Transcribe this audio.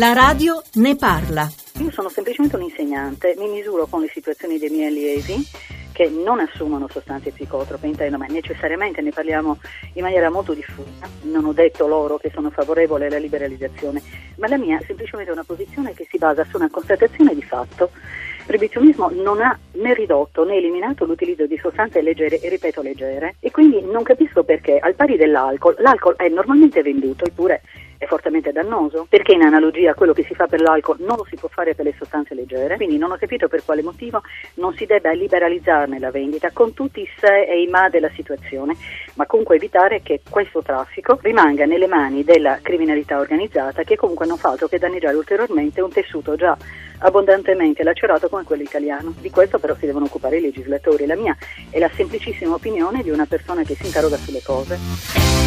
La radio ne parla. Io sono semplicemente un insegnante, mi misuro con le situazioni dei miei allievi che non assumono sostanze psicotrope, intendo, ma necessariamente ne parliamo in maniera molto diffusa. Non ho detto loro che sono favorevole alla liberalizzazione, ma la mia è semplicemente una posizione che si basa su una constatazione di fatto. Il proibizionismo non ha né ridotto né eliminato l'utilizzo di sostanze leggere, e ripeto leggere, e quindi non capisco perché, al pari dell'alcol, l'alcol è normalmente venduto, eppure è fortemente dannoso, perché in analogia a quello che si fa per l'alcol non lo si può fare per le sostanze leggere, quindi non ho capito per quale motivo non si debba liberalizzarne la vendita con tutti i se e i ma della situazione, ma comunque evitare che questo traffico rimanga nelle mani della criminalità organizzata, che comunque non fa altro che danneggiare ulteriormente un tessuto già abbondantemente lacerato come quello italiano. Di questo però si devono occupare i legislatori. La mia è la semplicissima opinione di una persona che si interroga sulle cose.